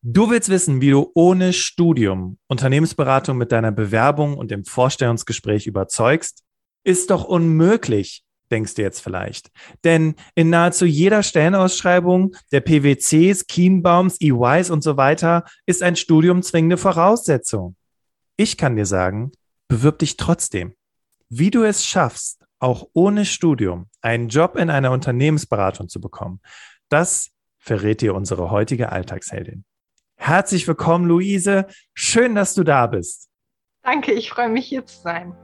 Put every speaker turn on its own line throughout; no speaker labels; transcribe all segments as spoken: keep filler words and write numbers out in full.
Du willst wissen, wie du ohne Studium Unternehmensberatung mit deiner Bewerbung und dem Vorstellungsgespräch überzeugst? Ist doch unmöglich, denkst du jetzt vielleicht. Denn in nahezu jeder Stellenausschreibung der P W Cs, Kienbaums, E Ys und so weiter ist ein Studium zwingende Voraussetzung. Ich kann dir sagen, bewirb dich trotzdem. Wie du es schaffst, auch ohne Studium einen Job in einer Unternehmensberatung zu bekommen, das verrät dir unsere heutige Alltagsheldin. Herzlich willkommen, Luise. Schön, dass du da bist.
Danke, ich freue mich, hier zu sein.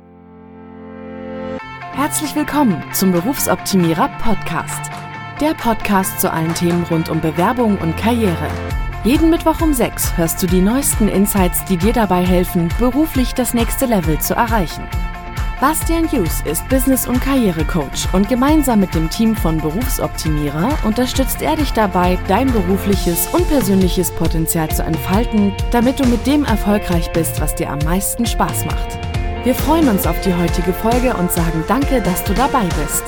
Herzlich willkommen zum Berufsoptimierer Podcast. Der Podcast zu allen Themen rund um Bewerbung und Karriere. Jeden Mittwoch um sechs hörst du die neuesten Insights, die dir dabei helfen, beruflich das nächste Level zu erreichen. Bastian Hughes ist Business- und Karrierecoach und gemeinsam mit dem Team von Berufsoptimierer unterstützt er dich dabei, dein berufliches und persönliches Potenzial zu entfalten, damit du mit dem erfolgreich bist, was dir am meisten Spaß macht. Wir freuen uns auf die heutige Folge und sagen danke, dass du dabei bist.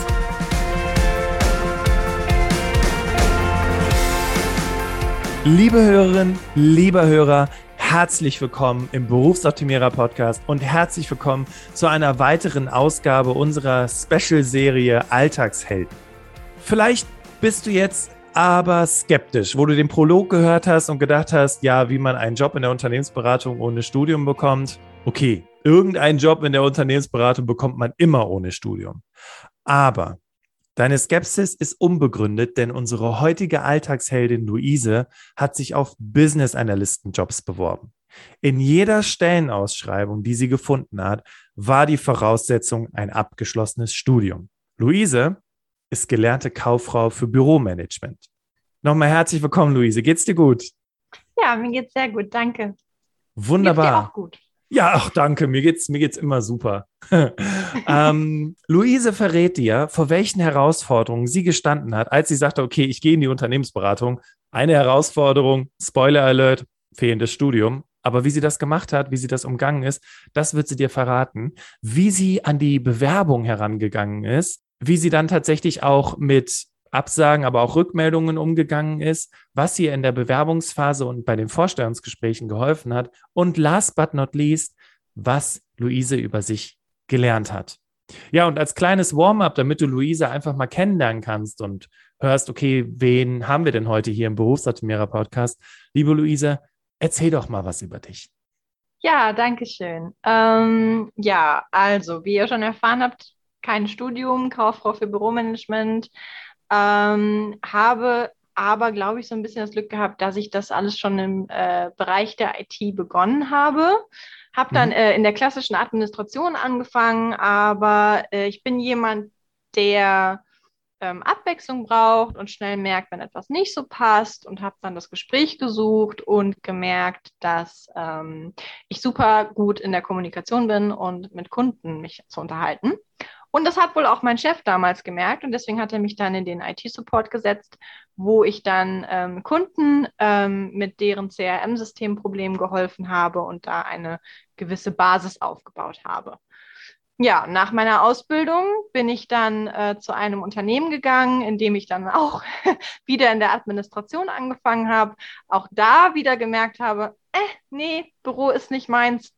Liebe Hörerinnen, lieber Hörer, herzlich willkommen im Berufsoptimierer Podcast und herzlich willkommen zu einer weiteren Ausgabe unserer Special-Serie Alltagshelden. Vielleicht bist du jetzt aber skeptisch, wo du den Prolog gehört hast und gedacht hast, ja, wie man einen Job in der Unternehmensberatung ohne Studium bekommt. Okay, irgendeinen Job in der Unternehmensberatung bekommt man immer ohne Studium. Aber deine Skepsis ist unbegründet, denn unsere heutige Alltagsheldin Luise hat sich auf Business-Analysten-Jobs beworben. In jeder Stellenausschreibung, die sie gefunden hat, war die Voraussetzung ein abgeschlossenes Studium. Luise ist gelernte Kauffrau für Büromanagement. Nochmal herzlich willkommen, Luise. Geht's dir gut?
Ja, mir geht's sehr gut, danke.
Wunderbar.
Geht's dir auch gut?
Ja, ach danke, mir geht's, mir geht's immer super. ähm, Luise verrät dir, vor welchen Herausforderungen sie gestanden hat, als sie sagte, okay, ich gehe in die Unternehmensberatung. Eine Herausforderung, Spoiler Alert, fehlendes Studium. Aber wie sie das gemacht hat, wie sie das umgangen ist, das wird sie dir verraten. Wie sie an die Bewerbung herangegangen ist, wie sie dann tatsächlich auch mit Absagen, aber auch Rückmeldungen umgegangen ist, was ihr in der Bewerbungsphase und bei den Vorstellungsgesprächen geholfen hat und last but not least, was Luise über sich gelernt hat. Ja, und als kleines Warm-up, damit du Luise einfach mal kennenlernen kannst und hörst, okay, wen haben wir denn heute hier im Berufsoptimierer Podcast? Liebe Luise, erzähl doch mal was über dich.
Ja, danke schön. Ähm, ja, also, wie ihr schon erfahren habt, kein Studium, Kauffrau für Büromanagement, ähm, habe aber, glaube ich, so ein bisschen das Glück gehabt, dass ich das alles schon im äh, Bereich der I T begonnen habe. Habe dann
Mhm.
äh, in der klassischen Administration angefangen, aber äh, ich bin jemand, der ähm, Abwechslung braucht und schnell merkt, wenn etwas nicht so passt, und habe dann das Gespräch gesucht und gemerkt, dass ähm, ich super gut in der Kommunikation bin und mit Kunden mich zu unterhalten. Und das hat wohl auch mein Chef damals gemerkt, und deswegen hat er mich dann in den I T-Support gesetzt, wo ich dann ähm, Kunden ähm, mit deren C R M-Systemproblemen geholfen habe und da eine gewisse Basis aufgebaut habe. Ja, nach meiner Ausbildung bin ich dann äh, zu einem Unternehmen gegangen, in dem ich dann auch wieder in der Administration angefangen habe. Auch da wieder gemerkt habe, äh, nee, Büro ist nicht meins.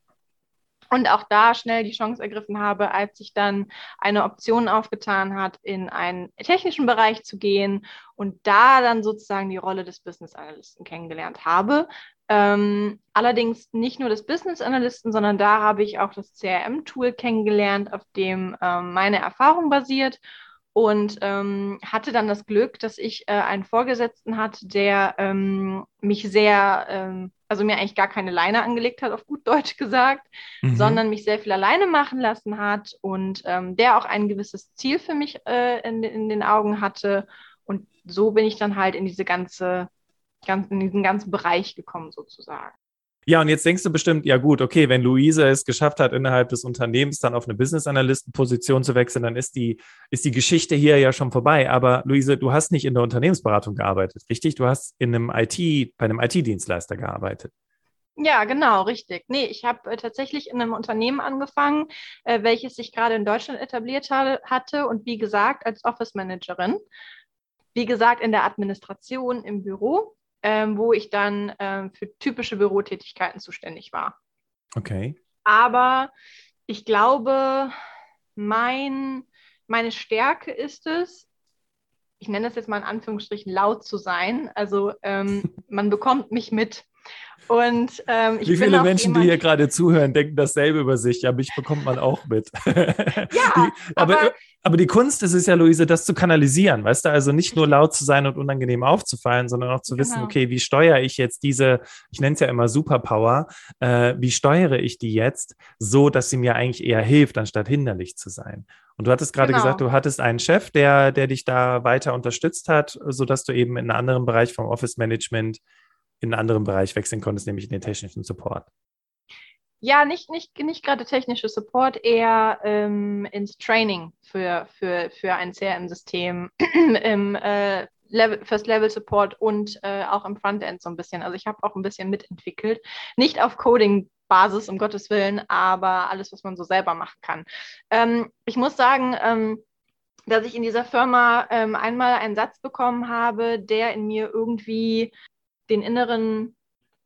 Und auch da schnell die Chance ergriffen habe, als sich dann eine Option aufgetan hat, in einen technischen Bereich zu gehen und da dann sozusagen die Rolle des Business Analysten kennengelernt habe. Ähm, allerdings nicht nur des Business Analysten, sondern da habe ich auch das C R M-Tool kennengelernt, auf dem ähm, meine Erfahrung basiert. Und ähm, hatte dann das Glück, dass ich äh, einen Vorgesetzten hatte, der ähm, mich sehr, ähm, also mir eigentlich gar keine Leine angelegt hat, auf gut Deutsch gesagt,
Mhm.
sondern mich sehr viel alleine machen lassen hat und ähm, der auch ein gewisses Ziel für mich äh, in, in den Augen hatte. Und so bin ich dann halt in diese ganze, ganz, in diesen ganzen Bereich gekommen sozusagen.
Ja, und jetzt denkst du bestimmt, ja gut, okay, wenn Luise es geschafft hat, innerhalb des Unternehmens dann auf eine Business-Analysten-Position zu wechseln, dann ist die, ist die Geschichte hier ja schon vorbei. Aber Luise, du hast nicht in der Unternehmensberatung gearbeitet, richtig? Du hast in einem I T, bei einem I T-Dienstleister gearbeitet.
Ja, genau, richtig. Nee, ich habe äh, tatsächlich in einem Unternehmen angefangen, äh, welches sich gerade in Deutschland etabliert ha- hatte und wie gesagt als Office Managerin. Wie gesagt, in der Administration im Büro. ähm, wo ich dann ähm, für typische Bürotätigkeiten zuständig war.
Okay.
Aber ich glaube, mein, meine Stärke ist es, ich nenne das jetzt mal in Anführungsstrichen, laut zu sein. Also ähm, man bekommt mich mit. Und ähm, ich
Wie
bin
viele
auch
Menschen,
jemand,
die hier gerade zuhören, denken dasselbe über sich. Ja, mich bekommt man auch mit.
Ja,
die, aber,
aber,
aber die Kunst ist es ja, Luise, das zu kanalisieren. Weißt du, also nicht nur
Richtig.
laut zu sein und unangenehm aufzufallen, sondern auch zu wissen,
Genau.
okay, wie steuere ich jetzt diese, ich nenne es ja immer Superpower, äh, wie steuere ich die jetzt so, dass sie mir eigentlich eher hilft, anstatt hinderlich zu sein? Und du hattest gerade
Genau.
gesagt, du hattest einen Chef, der, der dich da weiter unterstützt hat, sodass du eben in einen anderen Bereich vom Office-Management in einen anderen Bereich wechseln konntest, nämlich in den technischen Support.
Ja, nicht, nicht, nicht gerade technische Support, eher ähm, ins Training für, für, für ein C R M-System im äh, Level, First Level Support und äh, auch im Frontend so ein bisschen. Also ich habe auch ein bisschen mitentwickelt. Nicht auf Coding-Basis, um Gottes Willen, aber alles, was man so selber machen kann. Ähm, ich muss sagen, ähm, dass ich in dieser Firma ähm, einmal einen Satz bekommen habe, der in mir irgendwie den inneren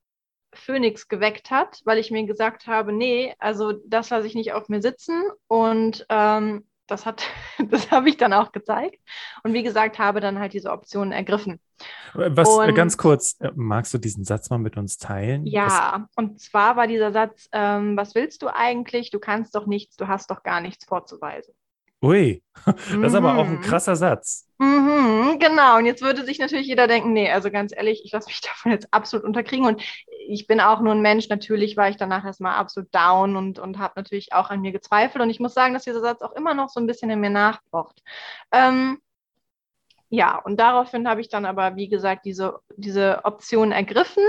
Phönix geweckt hat, weil ich mir gesagt habe, nee, also das lasse ich nicht auf mir sitzen und ähm, das hat, das habe ich dann auch gezeigt und wie gesagt, habe dann halt diese Optionen ergriffen.
Was,
und,
ganz kurz, magst du diesen Satz mal mit uns teilen?
Ja,
was?
Und zwar war dieser Satz, ähm, was willst du eigentlich? Du kannst doch nichts, du hast doch gar nichts vorzuweisen.
Ui, das ist aber auch ein
Mhm.
krasser Satz.
Mhm, genau, und jetzt würde sich natürlich jeder denken, nee, also ganz ehrlich, ich lasse mich davon jetzt absolut unterkriegen und ich bin auch nur ein Mensch, natürlich war ich danach erstmal absolut down und, und habe natürlich auch an mir gezweifelt und ich muss sagen, dass dieser Satz auch immer noch so ein bisschen in mir nachpocht. Ähm, ja, und daraufhin habe ich dann aber, wie gesagt, diese, diese Option ergriffen.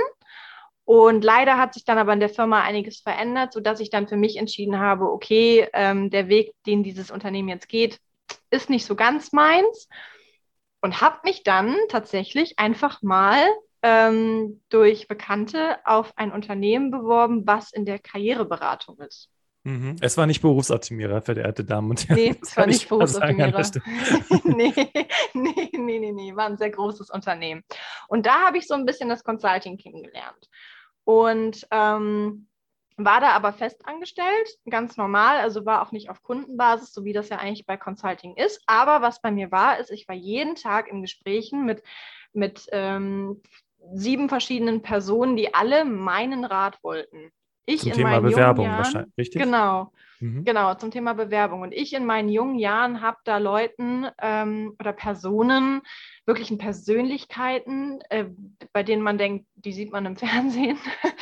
Und leider hat sich dann aber in der Firma einiges verändert, sodass ich dann für mich entschieden habe, okay, ähm, der Weg, den dieses Unternehmen jetzt geht, ist nicht so ganz meins. Und habe mich dann tatsächlich einfach mal ähm, durch Bekannte auf ein Unternehmen beworben, was in der Karriereberatung ist.
Mhm. Es war nicht Berufsoptimierer, verehrte Damen und Herren.
Nee,
Das
es war
kann
nicht
ich mal sagen an der
Berufsoptimierer. nee, nee, nee, nee, nee, war ein sehr großes Unternehmen. Und da habe ich so ein bisschen das Consulting kennengelernt. Und ähm, war da aber fest angestellt, ganz normal, also war auch nicht auf Kundenbasis, so wie das ja eigentlich bei Consulting ist. Aber was bei mir war, ist, ich war jeden Tag in Gesprächen mit, mit ähm, sieben verschiedenen Personen, die alle meinen Rat wollten. Ich
Zum
in
Thema
meinen
Bewerbung
jungen Jahren,
wahrscheinlich, richtig?
Genau.
Mhm.
Genau, zum Thema Bewerbung. Und ich in meinen jungen Jahren habe da Leuten ähm, oder Personen, wirklichen Persönlichkeiten, äh, bei denen man denkt, die sieht man im Fernsehen,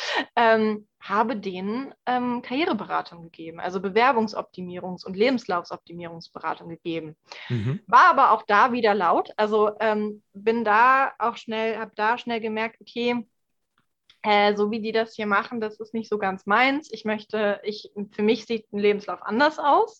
ähm, habe denen ähm, Karriereberatung gegeben, also Bewerbungsoptimierungs- und Lebenslaufsoptimierungsberatung gegeben.
Mhm.
War aber auch da wieder laut. Also ähm, bin da auch schnell, habe da schnell gemerkt, okay, Äh, so wie die das hier machen, das ist nicht so ganz meins. Ich möchte, ich, für mich sieht ein Lebenslauf anders aus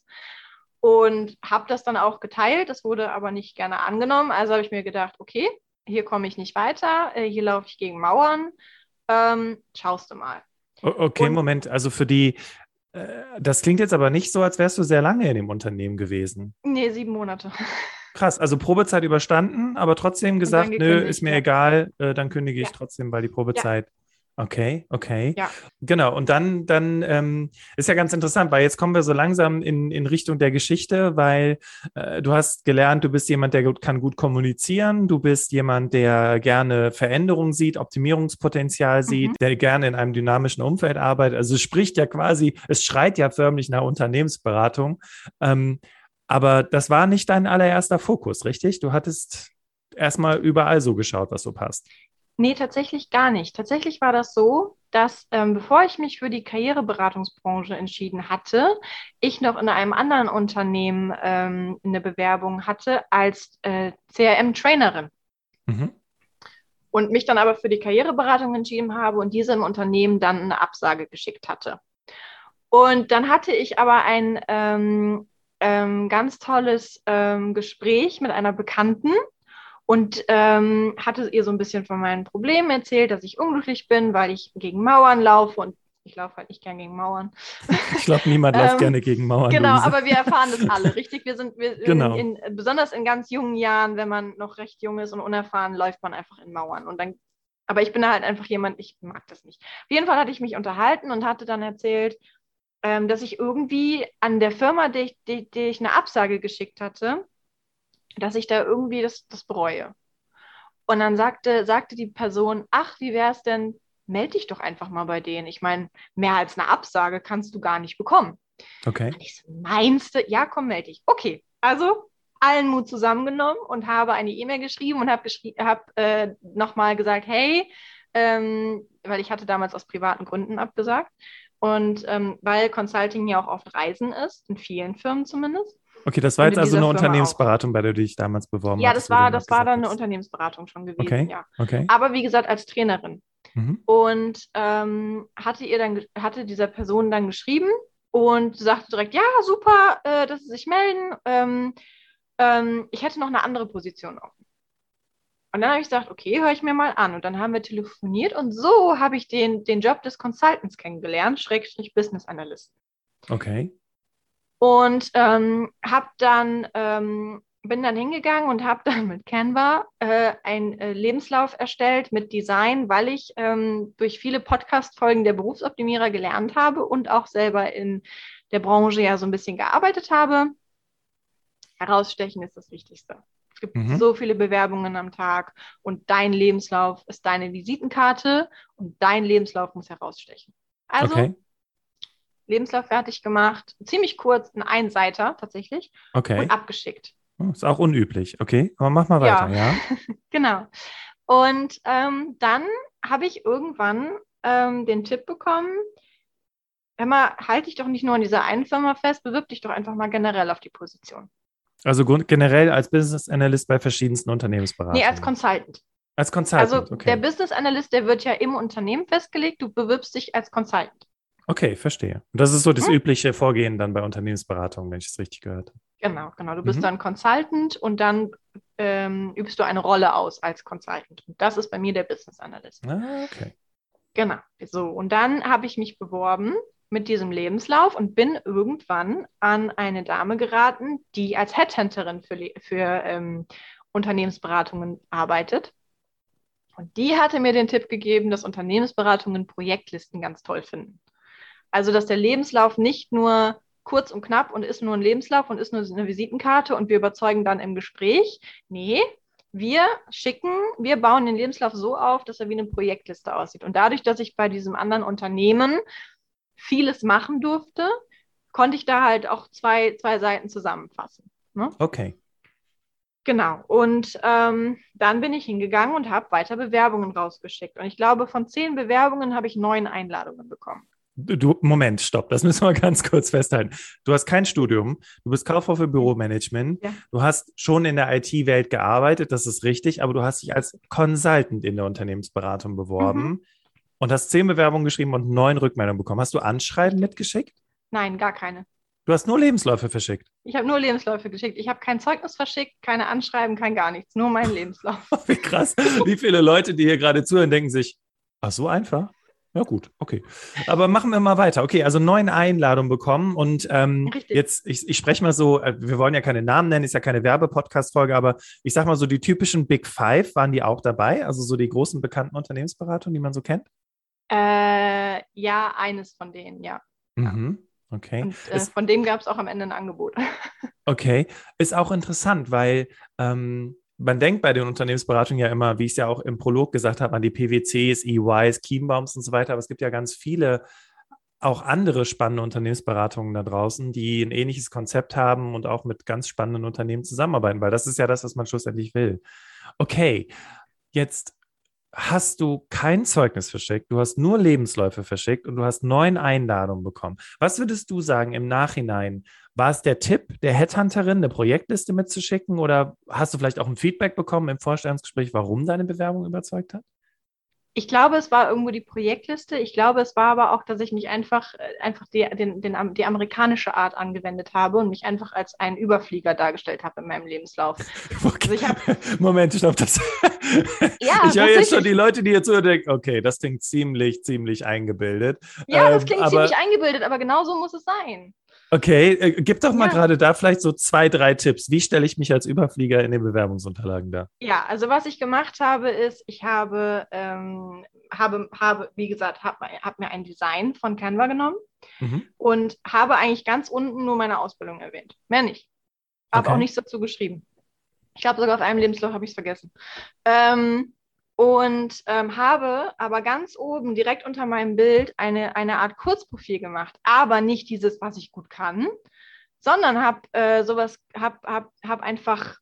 und habe das dann auch geteilt. Das wurde aber nicht gerne angenommen. Also habe ich mir gedacht, okay, hier komme ich nicht weiter, äh, hier laufe ich gegen Mauern. Ähm, schaust du mal.
O- Okay,
Und
Moment. Also für die, äh, das klingt jetzt aber nicht so, als wärst du sehr lange in dem Unternehmen gewesen.
nee, sieben Monate.
Krass, also Probezeit überstanden, aber trotzdem
Und dann
gesagt, nö,
gekündigt,
ist mir
ja.
egal, äh, dann kündige ich
Ja.
trotzdem, weil die Probezeit. Okay, okay.
Ja.
Genau, und dann, dann ähm, ist ja ganz interessant, weil jetzt kommen wir so langsam in, in Richtung der Geschichte, weil äh, du hast gelernt, du bist jemand, der gut, kann gut kommunizieren, du bist jemand, der gerne Veränderung sieht, Optimierungspotenzial sieht,
Mhm.
der gerne in einem dynamischen Umfeld arbeitet. Also es spricht ja quasi, es schreit ja förmlich nach Unternehmensberatung. Ähm, aber das war nicht dein allererster Fokus, richtig? Du hattest erstmal überall so geschaut, was so passt.
Nee, tatsächlich gar nicht. Tatsächlich war das so, dass ähm, bevor ich mich für die Karriereberatungsbranche entschieden hatte, ich noch in einem anderen Unternehmen ähm, eine Bewerbung hatte als äh, C R M-Trainerin.
Mhm.
Und mich dann aber für die Karriereberatung entschieden habe und diesem Unternehmen dann eine Absage geschickt hatte. Und dann hatte ich aber ein ähm, ähm, ganz tolles ähm, Gespräch mit einer Bekannten, und ähm, hatte ihr so ein bisschen von meinen Problemen erzählt, dass ich unglücklich bin, weil ich gegen Mauern laufe und ich laufe halt nicht gern gegen Mauern.
Ich glaube, niemand läuft
ähm,
gerne gegen Mauern.
Genau,
Luise.
aber wir erfahren das alle, richtig? Wir sind wir
Genau.
in, in, besonders in ganz jungen Jahren, wenn man noch recht jung ist und unerfahren, läuft man einfach in Mauern und dann Aber ich bin da halt einfach jemand, ich mag das nicht. Auf jeden Fall hatte ich mich unterhalten und hatte dann erzählt, ähm, dass ich irgendwie an der Firma, die ich, die, die ich eine Absage geschickt hatte, dass ich da irgendwie das, das bereue. Und dann sagte, sagte die Person, ach, wie wäre es denn, melde dich doch einfach mal bei denen. Ich meine, mehr als eine Absage kannst du gar nicht bekommen.
Okay.
Und ich so, meinst du? Ja, komm, melde dich. Okay, also allen Mut zusammengenommen und habe eine E-Mail geschrieben und habe geschrie- hab, äh, nochmal gesagt, hey, ähm, weil ich hatte damals aus privaten Gründen abgesagt und ähm, weil Consulting ja auch oft Reisen ist, in vielen Firmen zumindest.
Okay, das war
Und
jetzt
in
also
dieser
eine
Firma
Unternehmensberatung, bei der du dich damals beworben
Ja,
hattest.
das
wo du
war,
noch
das war
gesagt
dann eine
hast.
Unternehmensberatung schon gewesen,
Okay,
ja.
okay.
Aber wie gesagt, als Trainerin.
Mhm.
Und ähm, hatte ihr dann, ge- hatte dieser Person dann geschrieben und sagte direkt, ja, super, äh, dass sie sich melden. Ähm, ähm, ich hätte noch eine andere Position offen. Und dann habe ich gesagt, okay, höre ich mir mal an. Und dann haben wir telefoniert und so habe ich den, den Job des Consultants kennengelernt, Schrägstrich Business Analyst.
Okay.
Und ähm, hab dann, ähm, bin dann hingegangen und habe dann mit Canva äh, einen äh, Lebenslauf erstellt mit Design, weil ich ähm, durch viele Podcast-Folgen der Berufsoptimierer gelernt habe und auch selber in der Branche ja so ein bisschen gearbeitet habe. Herausstechen ist das Wichtigste. Es gibt
Mhm.
so viele Bewerbungen am Tag und dein Lebenslauf ist deine Visitenkarte und dein Lebenslauf muss herausstechen. Also
Okay.
Lebenslauf fertig gemacht, ziemlich kurz, ein Einseiter tatsächlich
Okay.
und abgeschickt.
Oh, ist auch unüblich. Okay, aber mach mal weiter, ja?
Genau. Und ähm, dann habe ich irgendwann ähm, den Tipp bekommen, hör mal, halt dich doch nicht nur an dieser einen Firma fest, bewirb dich doch einfach mal generell auf die Position.
Also grund- generell als Business Analyst bei verschiedensten Unternehmensberatungen.
Nee, als Consultant.
Als Consultant,
Also
okay.
der Business Analyst, der wird ja im Unternehmen festgelegt, du bewirbst dich als Consultant.
Okay, verstehe. Und das ist so das
Hm?
übliche Vorgehen dann bei Unternehmensberatungen, wenn ich es richtig gehört habe.
Genau, genau. Du bist
Mhm.
dann Consultant und dann ähm, übst du eine Rolle aus als Consultant. Und das ist bei mir der Business Analyst.
Ah, okay.
Genau. So, und dann habe ich mich beworben mit diesem Lebenslauf und bin irgendwann an eine Dame geraten, die als Headhunterin für, Le- für ähm, Unternehmensberatungen arbeitet. Und die hatte mir den Tipp gegeben, dass Unternehmensberatungen Projektlisten ganz toll finden. Also, dass der Lebenslauf nicht nur kurz und knapp und ist nur ein Lebenslauf und ist nur eine Visitenkarte und wir überzeugen dann im Gespräch. Nee, wir schicken, wir bauen den Lebenslauf so auf, dass er wie eine Projektliste aussieht. Und dadurch, dass ich bei diesem anderen Unternehmen vieles machen durfte, konnte ich da halt auch zwei, zwei Seiten zusammenfassen. Ne?
Okay.
Genau. Und ähm, dann bin ich hingegangen und habe weiter Bewerbungen rausgeschickt. Und ich glaube, von zehn Bewerbungen habe ich neun Einladungen bekommen.
Du, Moment, stopp, das müssen wir ganz kurz festhalten. Du hast kein Studium, du bist Kauffrau für Büromanagement,
Ja.
du hast schon in der I T-Welt gearbeitet, das ist richtig, aber du hast dich als Consultant in der Unternehmensberatung beworben
Mhm.
und hast zehn Bewerbungen geschrieben und neun Rückmeldungen bekommen. Hast du Anschreiben mitgeschickt?
Nein, gar keine.
Du hast nur Lebensläufe verschickt.
Ich habe nur Lebensläufe geschickt. Ich habe kein Zeugnis verschickt, keine Anschreiben, kein gar nichts. Nur meinen Lebenslauf.
Wie krass. Wie viele Leute, die hier gerade zuhören, denken sich, ach, so einfach? Ja gut, okay. Aber machen wir mal weiter. Okay, also neun Einladungen bekommen und ähm,
Richtig.
jetzt, ich, ich spreche mal so, äh, wir wollen ja keine Namen nennen, ist ja keine Werbe-Podcast-Folge, aber ich sag mal so, die typischen Big Five, waren die auch dabei? Also so die großen bekannten Unternehmensberatungen, die man so kennt?
Äh, ja, eines von denen, ja.
Mhm. Okay.
Und äh,
Ist,
von dem gab es auch am Ende ein Angebot.
okay. Ist auch interessant, weil ähm, man denkt bei den Unternehmensberatungen ja immer, wie ich es ja auch im Prolog gesagt habe, an die P W Cs, E Ys, Kienbaums und so weiter, aber es gibt ja ganz viele auch andere spannende Unternehmensberatungen da draußen, die ein ähnliches Konzept haben und auch mit ganz spannenden Unternehmen zusammenarbeiten, weil das ist ja das, was man schlussendlich will. Okay, jetzt hast du kein Zeugnis verschickt, du hast nur Lebensläufe verschickt und du hast neun Einladungen bekommen. Was würdest du sagen im Nachhinein? War es der Tipp der Headhunterin, eine Projektliste mitzuschicken oder hast du vielleicht auch ein Feedback bekommen im Vorstellungsgespräch, warum deine Bewerbung überzeugt hat?
Ich glaube, es war irgendwo die Projektliste. Ich glaube, es war aber auch, dass ich mich einfach, äh, einfach die, den, den, die amerikanische Art angewendet habe und mich einfach als einen Überflieger dargestellt habe in meinem Lebenslauf.
Okay.
Also ich hab,
Moment, stopp, das.
Ja,
ich höre jetzt schon
tatsächlich.
die Leute, die jetzt so denken, okay, das klingt ziemlich, ziemlich eingebildet.
ja, das
Ähm,
klingt
aber
ziemlich eingebildet, aber genau so muss es sein.
Okay, äh, gib doch mal
Ja.
gerade da vielleicht so zwei, drei Tipps. Wie stelle ich mich als Überflieger in den Bewerbungsunterlagen dar?
Ja, also was ich gemacht habe, ist, ich habe, ähm, habe, habe wie gesagt, habe hab mir ein Design von Canva genommen
Mhm.
und habe eigentlich ganz unten nur meine Ausbildung erwähnt. Mehr nicht. Habe
Okay.
auch nichts dazu geschrieben. Ich glaube, sogar auf einem Lebenslauf habe ich es vergessen. Ähm, und ähm, habe aber ganz oben direkt unter meinem Bild eine, eine Art Kurzprofil gemacht. Aber nicht dieses, was ich gut kann, sondern habe äh, sowas, habe hab, hab einfach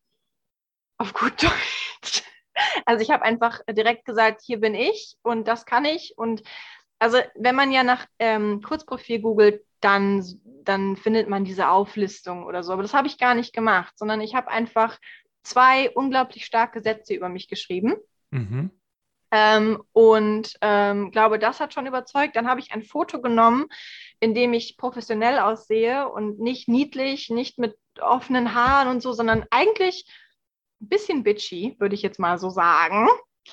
auf gut Deutsch. Also ich habe einfach direkt gesagt, hier bin ich und das kann ich. Und also wenn man ja nach ähm, Kurzprofil googelt, dann, dann findet man diese Auflistung oder so. Aber das habe ich gar nicht gemacht, sondern ich habe einfach zwei unglaublich starke Sätze über mich geschrieben.
Mhm.
Ähm, und ähm, glaube, das hat schon überzeugt. Dann habe ich ein Foto genommen, in dem ich professionell aussehe und nicht niedlich, nicht mit offenen Haaren und so, sondern eigentlich ein bisschen bitchy, würde ich jetzt mal so sagen.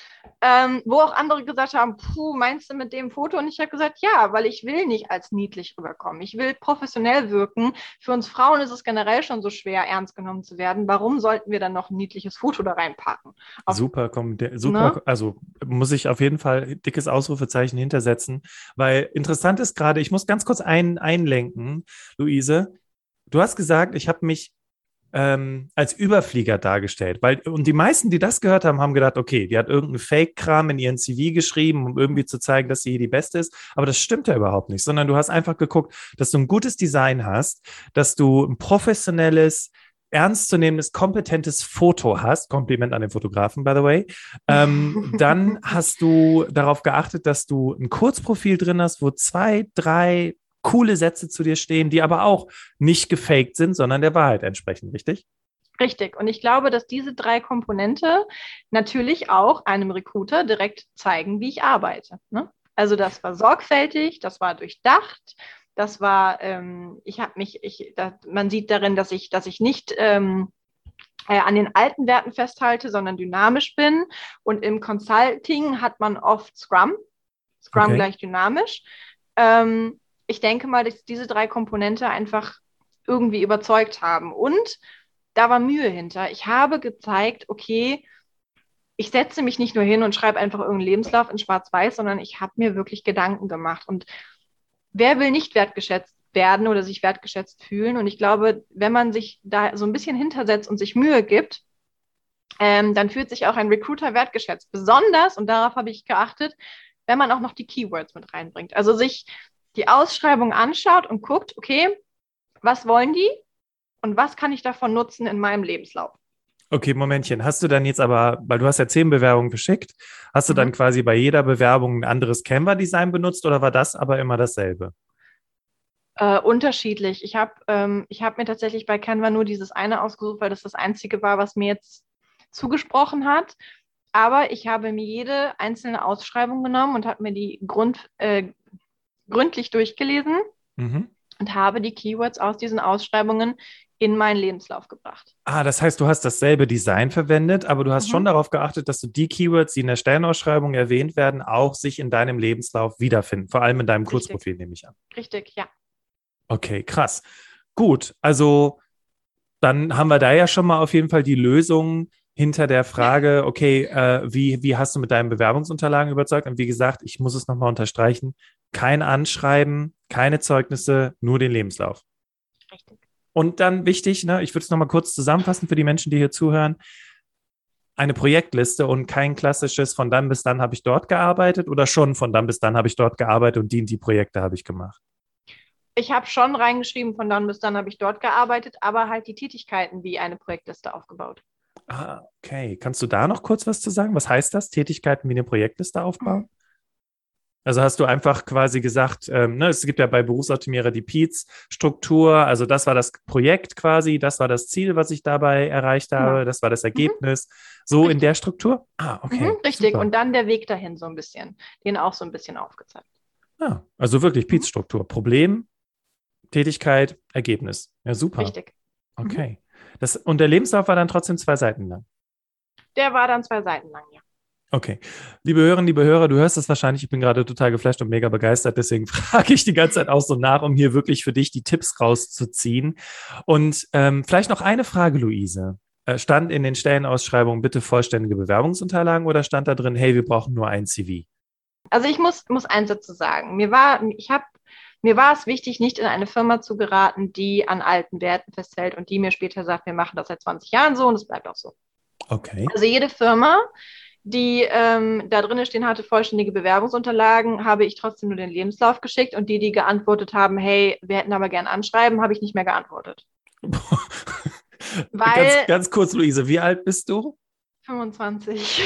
Ähm, wo auch andere gesagt haben, puh, meinst du mit dem Foto? Und ich habe gesagt, ja, weil ich will nicht als niedlich rüberkommen. Ich will professionell wirken. Für uns Frauen ist es generell schon so schwer, ernst genommen zu werden. Warum sollten wir dann noch ein niedliches Foto da reinpacken? Auf,
Super, komm, der, super,
ne?
also muss ich auf jeden Fall dickes Ausrufezeichen hintersetzen, weil interessant ist gerade, ich muss ganz kurz ein, einlenken, Luise. Du hast gesagt, ich habe mich ähm, als Überflieger dargestellt, weil, und die meisten, die das gehört haben, haben gedacht, okay, die hat irgendeinen Fake-Kram in ihren C V geschrieben, um irgendwie zu zeigen, dass sie hier die Beste ist, aber das stimmt ja überhaupt nicht, sondern du hast einfach geguckt, dass du ein gutes Design hast, dass du ein professionelles, ernstzunehmendes, kompetentes Foto hast, Kompliment an den Fotografen, by the way, ähm, dann hast du darauf geachtet, dass du ein Kurzprofil drin hast, wo zwei, drei coole Sätze zu dir stehen, die aber auch nicht gefaked sind, sondern der Wahrheit entsprechen, richtig?
Richtig. Und ich glaube, dass diese drei Komponente natürlich auch einem Recruiter direkt zeigen, wie ich arbeite. Ne? Also das war sorgfältig, das war durchdacht, das war, ähm, ich habe mich, ich, das, man sieht darin, dass ich, dass ich nicht ähm, äh, an den alten Werten festhalte, sondern dynamisch bin. Und im Consulting hat man oft Scrum, Scrum
Okay.
gleich dynamisch. Ähm, ich denke mal, dass diese drei Komponente einfach irgendwie überzeugt haben. Und da war Mühe hinter. Ich habe gezeigt, okay, ich setze mich nicht nur hin und schreibe einfach irgendeinen Lebenslauf in Schwarz-Weiß, sondern ich habe mir wirklich Gedanken gemacht. Und wer will nicht wertgeschätzt werden oder sich wertgeschätzt fühlen? Und ich glaube, wenn man sich da so ein bisschen hintersetzt und sich Mühe gibt, ähm, dann fühlt sich auch ein Recruiter wertgeschätzt. Besonders, und darauf habe ich geachtet, wenn man auch noch die Keywords mit reinbringt. Also sich die Ausschreibung anschaut und guckt, okay, was wollen die und was kann ich davon nutzen in meinem Lebenslauf?
Okay, Momentchen. Hast du dann jetzt aber, weil du hast ja zehn Bewerbungen geschickt, hast du
Mhm.
dann quasi bei jeder Bewerbung ein anderes Canva-Design benutzt oder war das aber immer dasselbe?
Äh, unterschiedlich. Ich habe ähm, ich hab mir tatsächlich bei Canva nur dieses eine ausgesucht, weil das das einzige war, was mir jetzt zugesprochen hat. Aber ich habe mir jede einzelne Ausschreibung genommen und habe mir die Grund, äh, gründlich durchgelesen
Mhm.
und habe die Keywords aus diesen Ausschreibungen in meinen Lebenslauf gebracht.
Ah, das heißt, du hast dasselbe Design verwendet, aber du hast
Mhm.
schon darauf geachtet, dass du die Keywords, die in der Stellenausschreibung erwähnt werden, auch sich in deinem Lebenslauf wiederfinden. Vor allem in deinem
Richtig.
Kurzprofil, nehme ich an.
Richtig, ja.
Okay, krass. Gut, also dann haben wir da ja schon mal auf jeden Fall die Lösung hinter der Frage, okay, äh, wie, wie hast du mit deinen Bewerbungsunterlagen überzeugt? Und wie gesagt, ich muss es nochmal unterstreichen, kein Anschreiben, keine Zeugnisse, nur den Lebenslauf.
Richtig.
Und dann wichtig, ne, ich würde es nochmal kurz zusammenfassen für die Menschen, die hier zuhören, eine Projektliste und kein klassisches von dann bis dann habe ich dort gearbeitet oder schon von dann bis dann habe ich dort gearbeitet und die und die Projekte habe ich gemacht.
Ich habe schon reingeschrieben, von dann bis dann habe ich dort gearbeitet, aber halt die Tätigkeiten wie eine Projektliste aufgebaut.
Ah, okay. Kannst du da noch kurz was zu sagen? Was heißt das? Tätigkeiten wie eine Projektliste aufbauen? Also hast du einfach quasi gesagt, ähm, ne, es gibt ja bei Berufsoptimierer die P E A T-Struktur, also das war das Projekt quasi, das war das Ziel, was ich dabei erreicht habe,
Genau.
das war das Ergebnis, so
Richtig.
in der Struktur? Ah, okay.
Mhm, richtig.
Super.
Und dann der Weg dahin so ein bisschen, den auch so ein bisschen aufgezeigt.
Ah, also wirklich P E A
Mhm.
T-Struktur. Problem, Tätigkeit, Ergebnis. Ja, super.
Richtig.
Okay. Das, und der Lebenslauf war dann trotzdem zwei Seiten lang.
Der war dann zwei Seiten lang, ja.
Okay. Liebe Hörerinnen, liebe Hörer, du hörst das wahrscheinlich, ich bin gerade total geflasht und mega begeistert, deswegen frage ich die ganze Zeit auch so nach, um hier wirklich für dich die Tipps rauszuziehen. Und ähm, vielleicht noch eine Frage, Luise. Äh, stand in den Stellenausschreibungen bitte vollständige Bewerbungsunterlagen oder stand da drin, hey, wir brauchen nur ein C V?
Also ich muss, muss eins dazu sagen. Mir war, ich habe, mir war es wichtig, nicht in eine Firma zu geraten, die an alten Werten festhält und die mir später sagt, wir machen das seit zwanzig Jahren so und es bleibt auch so.
Okay.
Also jede Firma, die ähm, da drin stehen hatte, vollständige Bewerbungsunterlagen, habe ich trotzdem nur den Lebenslauf geschickt und die, die geantwortet haben, hey, wir hätten aber gern anschreiben, habe ich nicht mehr geantwortet. Weil
ganz, ganz kurz, Luise, wie alt bist du?
fünfundzwanzig.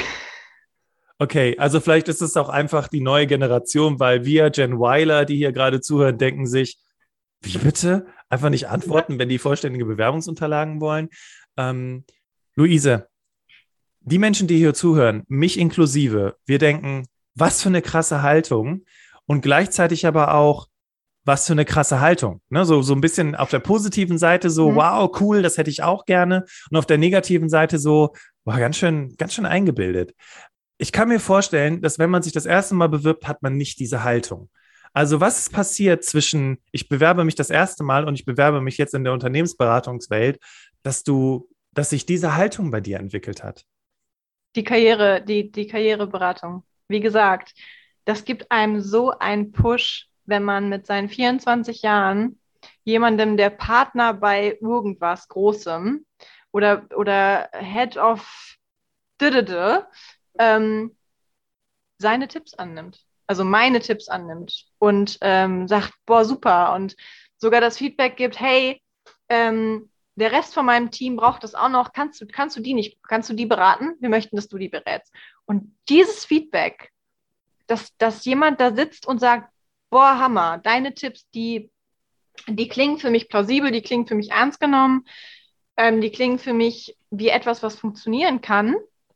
Okay, also vielleicht ist es auch einfach die neue Generation, weil wir Gen Yler, die hier gerade zuhören, denken sich, wie bitte? Einfach nicht antworten, wenn die vollständige Bewerbungsunterlagen wollen. Ähm, Luise, die Menschen, die hier zuhören, mich inklusive, wir denken, was für eine krasse Haltung und gleichzeitig aber auch, was für eine krasse Haltung. Ne? So, so ein bisschen auf der positiven Seite so, mhm. wow, cool, das hätte ich auch gerne. Und auf der negativen Seite so, wow, ganz schön, ganz schön eingebildet. Ich kann mir vorstellen, dass wenn man sich das erste Mal bewirbt, hat man nicht diese Haltung. Also was ist passiert zwischen, ich bewerbe mich das erste Mal und ich bewerbe mich jetzt in der Unternehmensberatungswelt, dass du, dass sich diese Haltung bei dir entwickelt hat?
Die Karriere, die, die Karriereberatung. Wie gesagt, das gibt einem so einen Push, wenn man mit seinen vierundzwanzig Jahren jemandem, der Partner bei irgendwas Großem oder, oder Head of Didede, ähm, seine Tipps annimmt. Also meine Tipps annimmt und ähm, sagt, boah, super. Und sogar das Feedback gibt, hey, ähm, der Rest von meinem Team braucht das auch noch. Kannst du, kannst du die nicht, kannst du die beraten? Wir möchten, dass du die berätst. Und dieses Feedback, dass, dass jemand da sitzt und sagt, boah, Hammer, deine Tipps, die, die klingen für mich plausibel, die klingen für mich ernst genommen, ähm, die klingen für mich wie etwas, was funktionieren kann.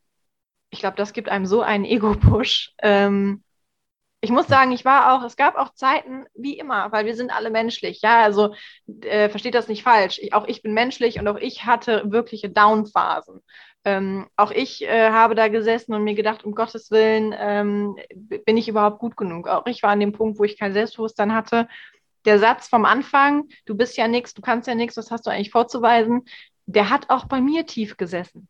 Ich glaube, das gibt einem so einen Ego-Push. Ähm, Ich muss sagen, ich war auch, es gab auch Zeiten, wie immer, weil wir sind alle menschlich, ja, also äh, versteht das nicht falsch. Ich, auch ich bin menschlich und auch ich hatte wirkliche Down-Phasen. Ähm, auch ich äh, habe da gesessen und mir gedacht, um Gottes Willen, ähm, bin ich überhaupt gut genug? Auch ich war an dem Punkt, wo ich kein Selbstbewusstsein hatte. Der Satz vom Anfang, du bist ja nichts, du kannst ja nichts, was hast du eigentlich vorzuweisen, der hat auch bei mir tief gesessen.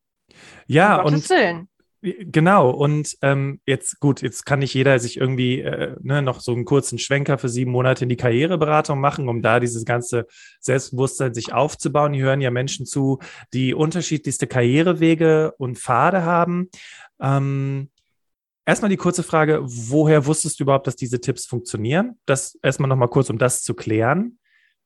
Ja,
um Gottes
und
Willen.
Genau, und ähm, jetzt gut, jetzt kann nicht jeder sich irgendwie äh, ne, noch so einen kurzen Schwenker für sieben Monate in die Karriereberatung machen, um da dieses ganze Selbstbewusstsein sich aufzubauen. Hier hören ja Menschen zu, die unterschiedlichste Karrierewege und Pfade haben. Ähm, erstmal die kurze Frage, woher wusstest du überhaupt, dass diese Tipps funktionieren? Das erstmal nochmal kurz, um das zu klären.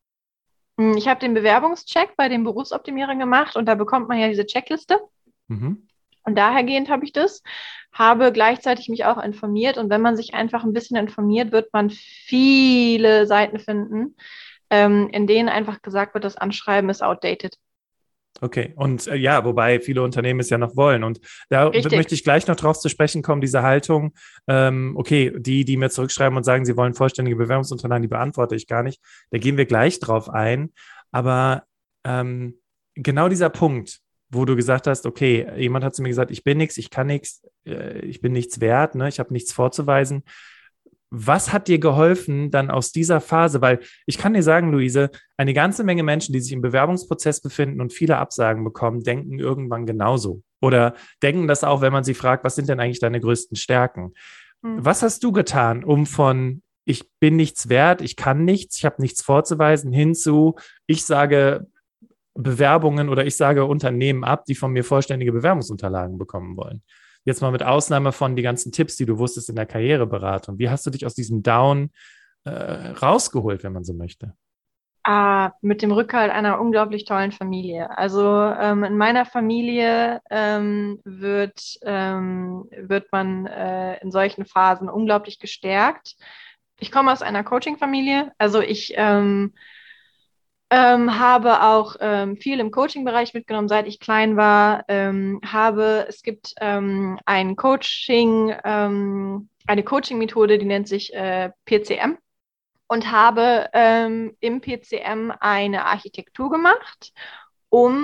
Ich habe den Bewerbungscheck bei den Berufsoptimierern gemacht und da bekommt man ja diese Checkliste.
Mhm.
Und dahergehend habe ich das, habe gleichzeitig mich auch informiert. Und wenn man sich einfach ein bisschen informiert, wird man viele Seiten finden, ähm, in denen einfach gesagt wird, das Anschreiben ist outdated.
Okay, und äh, ja, wobei viele Unternehmen es ja noch wollen. Und da
Richtig.
möchte ich gleich noch drauf zu sprechen kommen, diese Haltung, ähm, okay, die, die mir zurückschreiben und sagen, sie wollen vollständige Bewerbungsunterlagen, die beantworte ich gar nicht. Da gehen wir gleich drauf ein. Aber ähm, genau dieser Punkt, wo du gesagt hast, okay, jemand hat zu mir gesagt, ich bin nichts, ich kann nichts, äh, ich bin nichts wert, ne, ich habe nichts vorzuweisen. Was hat dir geholfen dann aus dieser Phase? Weil ich kann dir sagen, Luise, eine ganze Menge Menschen, die sich im Bewerbungsprozess befinden und viele Absagen bekommen, denken irgendwann genauso. Oder denken das auch, wenn man sie fragt, was sind denn eigentlich deine größten Stärken? Hm. Was hast du getan, um von ich bin nichts wert, ich kann nichts, ich habe nichts vorzuweisen, hin zu ich sage Bewerbungen oder ich sage Unternehmen ab, die von mir vollständige Bewerbungsunterlagen bekommen wollen? Jetzt mal mit Ausnahme von die ganzen Tipps, die du wusstest in der Karriereberatung. Wie hast du dich aus diesem Down äh, rausgeholt, wenn man so möchte?
Ah, mit dem Rückhalt einer unglaublich tollen Familie. Also ähm, in meiner Familie ähm, wird, ähm, wird man äh, in solchen Phasen unglaublich gestärkt. Ich komme aus einer Coaching-Familie. Also ich ähm, Ähm, habe auch ähm, viel im Coaching-Bereich mitgenommen, seit ich klein war. Ähm, habe, es gibt ähm, ein Coaching, ähm, eine Coaching-Methode, die nennt sich äh, P C M und habe ähm, im P C M eine Architektur gemacht, um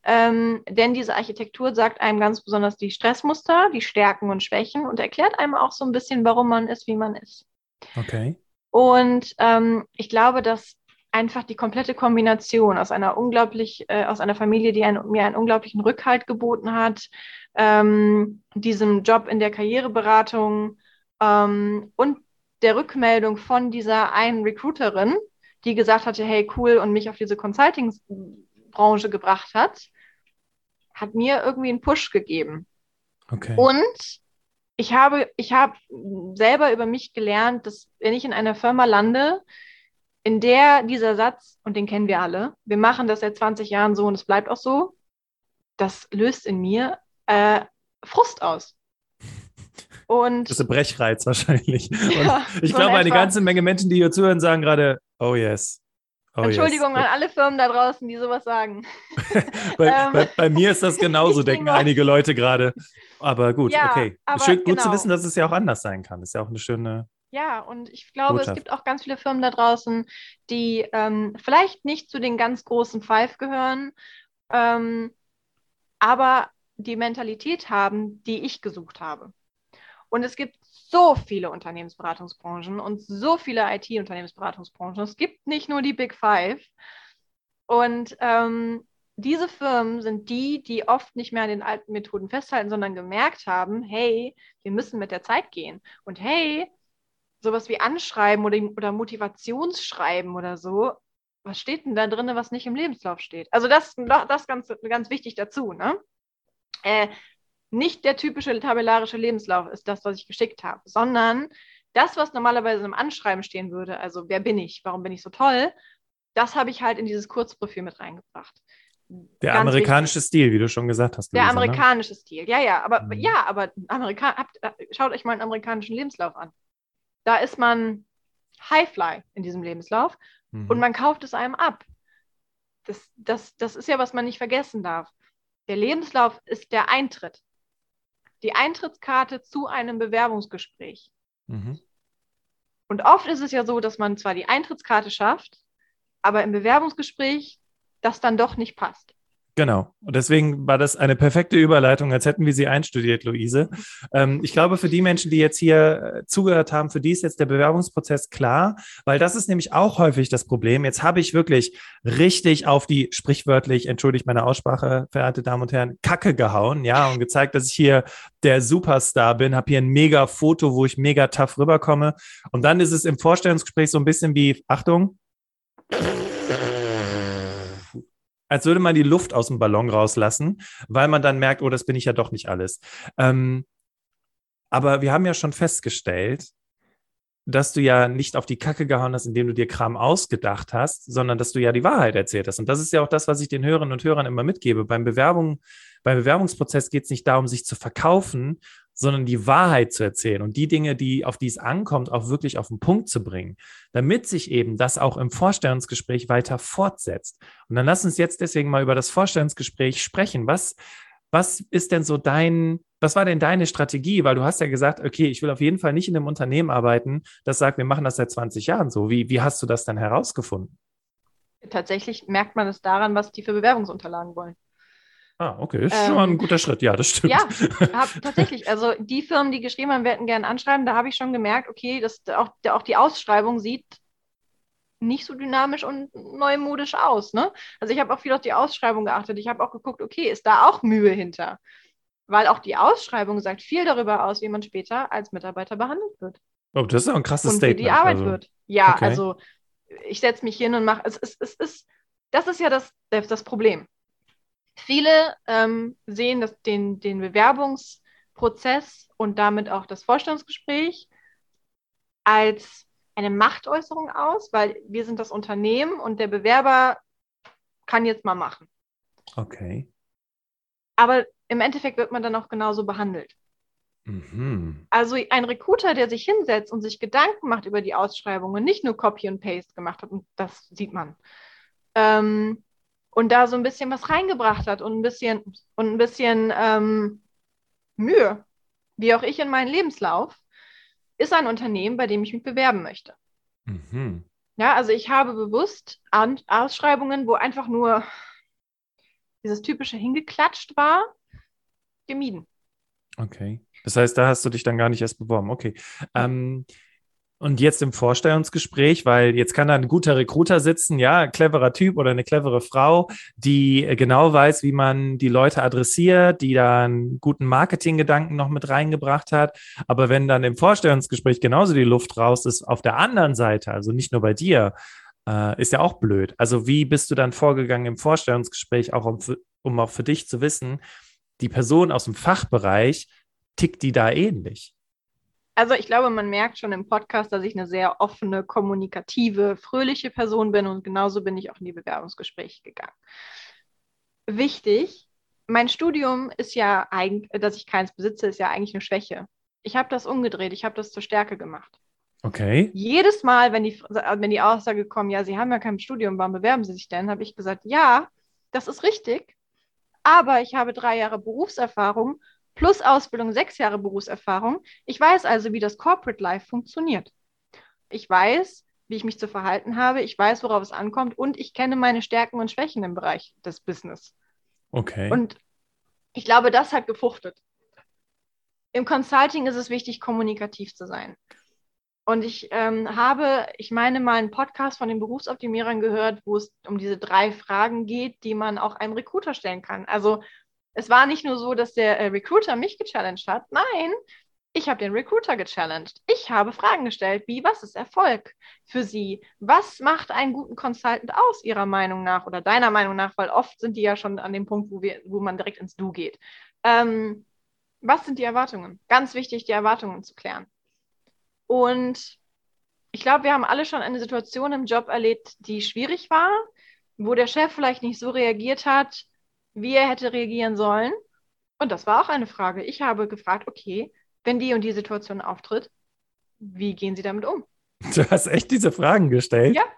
Ähm, denn diese Architektur sagt einem ganz besonders die Stressmuster, die Stärken und Schwächen und erklärt einem auch so ein bisschen, warum man ist, wie man ist.
Okay.
Und ähm, ich glaube, dass einfach die komplette Kombination aus einer unglaublich, äh, aus einer Familie, die ein, mir einen unglaublichen Rückhalt geboten hat, ähm, diesem Job in der Karriereberatung ähm, und der Rückmeldung von dieser einen Recruiterin, die gesagt hatte, hey, cool, und mich auf diese Consulting-Branche gebracht hat, hat mir irgendwie einen Push gegeben.
Okay.
Und ich habe, ich habe selber über mich gelernt, dass wenn ich in einer Firma lande, in der dieser Satz, und den kennen wir alle, wir machen das seit zwanzig Jahren so und es bleibt auch so, das löst in mir äh, Frust aus. Und
Das ist ein Brechreiz wahrscheinlich.
Ja,
und ich
so
glaube,
in
eine
etwa.
ganze Menge Menschen, die hier zuhören, sagen gerade, oh yes. Oh
Entschuldigung
yes.
an alle Firmen da draußen, die sowas sagen.
bei,
Ähm,
bei, bei mir ist das genauso,
nicht
denken
gegen euch.
einige Leute gerade. Aber gut,
Ja,
okay.
aber
Schön, gut
genau.
zu wissen, dass es ja auch anders sein kann. Ist ja auch eine schöne.
Ja, und ich glaube,
Botschaft.
es gibt auch ganz viele Firmen da draußen, die ähm, vielleicht nicht zu den ganz großen Five gehören, ähm, aber die Mentalität haben, die ich gesucht habe. Und es gibt so viele Unternehmensberatungsbranchen und so viele I T-Unternehmensberatungsbranchen. Es gibt nicht nur die Big Five. Und ähm, diese Firmen sind die, die oft nicht mehr an den alten Methoden festhalten, sondern gemerkt haben, hey, wir müssen mit der Zeit gehen. Und hey, sowas wie Anschreiben oder, oder Motivationsschreiben oder so, was steht denn da drin, was nicht im Lebenslauf steht? Also das ist ganz, ganz wichtig dazu, ne? Äh, nicht der typische tabellarische Lebenslauf ist das, was ich geschickt habe, sondern das, was normalerweise im Anschreiben stehen würde, also wer bin ich, warum bin ich so toll, das habe ich halt in dieses Kurzprofil mit reingebracht.
Der
Ganz
amerikanische
wichtig.
Stil, wie du schon gesagt hast.
Der
Luisa,
amerikanische ne? Stil, ja, ja, aber
Mhm.
ja, aber Amerika habt, schaut euch mal einen amerikanischen Lebenslauf an. Da ist man Highfly in diesem Lebenslauf
mhm.
und man kauft es einem ab. Das, das, das ist ja, was man nicht vergessen darf. Der Lebenslauf ist der Eintritt. Die Eintrittskarte zu einem Bewerbungsgespräch.
Mhm.
Und oft ist es ja so, dass man zwar die Eintrittskarte schafft, aber im Bewerbungsgespräch das dann doch nicht passt.
Genau. Und deswegen war das eine perfekte Überleitung, als hätten wir sie einstudiert, Luise. Ähm, ich glaube, für die Menschen, die jetzt hier äh, zugehört haben, für die ist jetzt der Bewerbungsprozess klar, weil das ist nämlich auch häufig das Problem. Jetzt habe ich wirklich richtig auf die, sprichwörtlich, entschuldigt meine Aussprache, verehrte Damen und Herren, Kacke gehauen, ja, und gezeigt, dass ich hier der Superstar bin, habe hier ein mega Foto, wo ich mega tough rüberkomme. Und dann ist es im Vorstellungsgespräch so ein bisschen wie, Achtung, als würde man die Luft aus dem Ballon rauslassen, weil man dann merkt, oh, das bin ich ja doch nicht alles. Ähm, aber wir haben ja schon festgestellt, dass du ja nicht auf die Kacke gehauen hast, indem du dir Kram ausgedacht hast, sondern dass du ja die Wahrheit erzählt hast. Und das ist ja auch das, was ich den Hörerinnen und Hörern immer mitgebe. Beim Bewerbung, beim Bewerbungsprozess geht es nicht darum, sich zu verkaufen, sondern die Wahrheit zu erzählen und die Dinge, die, auf die es ankommt, auch wirklich auf den Punkt zu bringen, damit sich eben das auch im Vorstellungsgespräch weiter fortsetzt. Und dann lass uns jetzt deswegen mal über das Vorstellungsgespräch sprechen. Was, was ist denn so dein, was war denn deine Strategie? Weil du hast ja gesagt, okay, ich will auf jeden Fall nicht in einem Unternehmen arbeiten, das sagt, wir machen das seit zwanzig Jahren so. Wie, wie hast du das dann herausgefunden?
Tatsächlich merkt man es daran, was die für Bewerbungsunterlagen wollen.
Ah, okay, ist schon mal ein guter Schritt. Ja, das stimmt.
Ja, hab, tatsächlich. Also die Firmen, die geschrieben haben, wir hätten gerne anschreiben, da habe ich schon gemerkt, okay, dass auch, auch die Ausschreibung sieht nicht so dynamisch und neumodisch aus. Ne? Also ich habe auch viel auf die Ausschreibung geachtet. Ich habe auch geguckt, okay, ist da auch Mühe hinter? Weil auch die Ausschreibung sagt viel darüber aus, wie man später als Mitarbeiter behandelt wird.
Oh, das ist auch ein krasses
und
Statement.
Wie die Arbeit
also.
wird. Ja,
okay.
Also ich setze mich hin und mache, es, es, es ist, das ist ja das, das Problem. Viele ähm, sehen das, den, den Bewerbungsprozess und damit auch das Vorstellungsgespräch als eine Machtäußerung aus, weil wir sind das Unternehmen und der Bewerber kann jetzt mal machen.
Okay.
Aber im Endeffekt wird man dann auch genauso behandelt.
Mhm.
Also ein Recruiter, der sich hinsetzt und sich Gedanken macht über die Ausschreibung und nicht nur Copy und Paste gemacht hat, und das sieht man, ähm, und da so ein bisschen was reingebracht hat und ein bisschen, und ein bisschen ähm, Mühe, wie auch ich in meinen Lebenslauf, ist ein Unternehmen, bei dem ich mich bewerben möchte.
Mhm.
Ja, also ich habe bewusst An- Ausschreibungen, wo einfach nur dieses typische hingeklatscht war, gemieden.
Okay. Das heißt, da hast du dich dann gar nicht erst beworben. Okay. Ähm, und jetzt im Vorstellungsgespräch, weil jetzt kann da ein guter Recruiter sitzen, ja, ein cleverer Typ oder eine clevere Frau, die genau weiß, wie man die Leute adressiert, die da einen guten Marketinggedanken noch mit reingebracht hat. Aber wenn dann im Vorstellungsgespräch genauso die Luft raus ist, auf der anderen Seite, also nicht nur bei dir, äh, ist ja auch blöd. Also wie bist du dann vorgegangen im Vorstellungsgespräch, auch um, um auch für dich zu wissen, die Person aus dem Fachbereich, tickt die da ähnlich?
Also ich glaube, man merkt schon im Podcast, dass ich eine sehr offene, kommunikative, fröhliche Person bin und genauso bin ich auch in die Bewerbungsgespräche gegangen. Wichtig, mein Studium ist ja eigentlich, dass ich keins besitze, ist ja eigentlich eine Schwäche. Ich habe das umgedreht, ich habe das zur Stärke gemacht.
Okay.
Jedes Mal, wenn die, wenn die Aussage kommt, ja, Sie haben ja kein Studium, warum bewerben Sie sich denn, habe ich gesagt, ja, das ist richtig, aber ich habe drei Jahre Berufserfahrung plus Ausbildung, sechs Jahre Berufserfahrung. Ich weiß also, wie das Corporate Life funktioniert. Ich weiß, wie ich mich zu verhalten habe. Ich weiß, worauf es ankommt. Und ich kenne meine Stärken und Schwächen im Bereich des Business.
Okay.
Und ich glaube, das hat gefruchtet. Im Consulting ist es wichtig, kommunikativ zu sein. Und ich ähm, habe, ich meine, mal einen Podcast von den Berufsoptimierern gehört, wo es um diese drei Fragen geht, die man auch einem Recruiter stellen kann. Also es war nicht nur so, dass der äh, Recruiter mich gechallenged hat. Nein, ich habe den Recruiter gechallenged. Ich habe Fragen gestellt, wie, was ist Erfolg für Sie? Was macht einen guten Consultant aus, Ihrer Meinung nach oder deiner Meinung nach? Weil oft sind die ja schon an dem Punkt, wo, wir, wo man direkt ins Du geht. Ähm, was sind die Erwartungen? Ganz wichtig, die Erwartungen zu klären. Und ich glaube, wir haben alle schon eine Situation im Job erlebt, die schwierig war, wo der Chef vielleicht nicht so reagiert hat, wie er hätte reagieren sollen. Und das war auch eine Frage. Ich habe gefragt, okay, wenn die und die Situation auftritt, wie gehen Sie damit um?
Du hast echt diese Fragen gestellt?
Ja.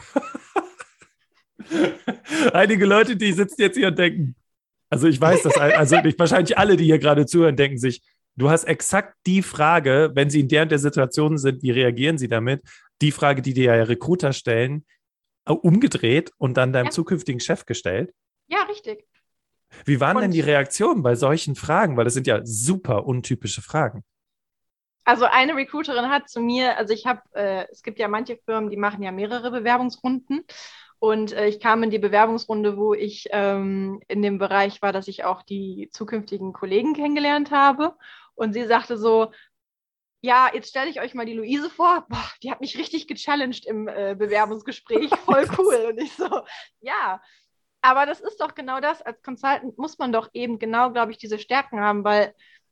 Einige Leute, die sitzen jetzt hier und denken, also ich weiß, dass also nicht, wahrscheinlich alle, die hier gerade zuhören, denken sich, du hast exakt die Frage, wenn sie in der und der Situation sind, wie reagieren sie damit? Die Frage, die dir ja Recruiter stellen, umgedreht und dann deinem ja. zukünftigen Chef gestellt?
Ja, richtig.
Wie waren
und
denn die Reaktionen bei solchen Fragen? Weil das sind ja super untypische Fragen.
Also eine Recruiterin hat zu mir, also ich habe, äh, es gibt ja manche Firmen, die machen ja mehrere Bewerbungsrunden. Und äh, ich kam in die Bewerbungsrunde, wo ich ähm, in dem Bereich war, dass ich auch die zukünftigen Kollegen kennengelernt habe. Und sie sagte so, ja, jetzt stelle ich euch mal die Luise vor. Boah, die hat mich richtig gechallenged im äh, Bewerbungsgespräch. Voll cool. Und ich so, ja. Aber das ist doch genau das. Als Consultant muss man doch eben genau, glaube ich, diese Stärken haben, weil,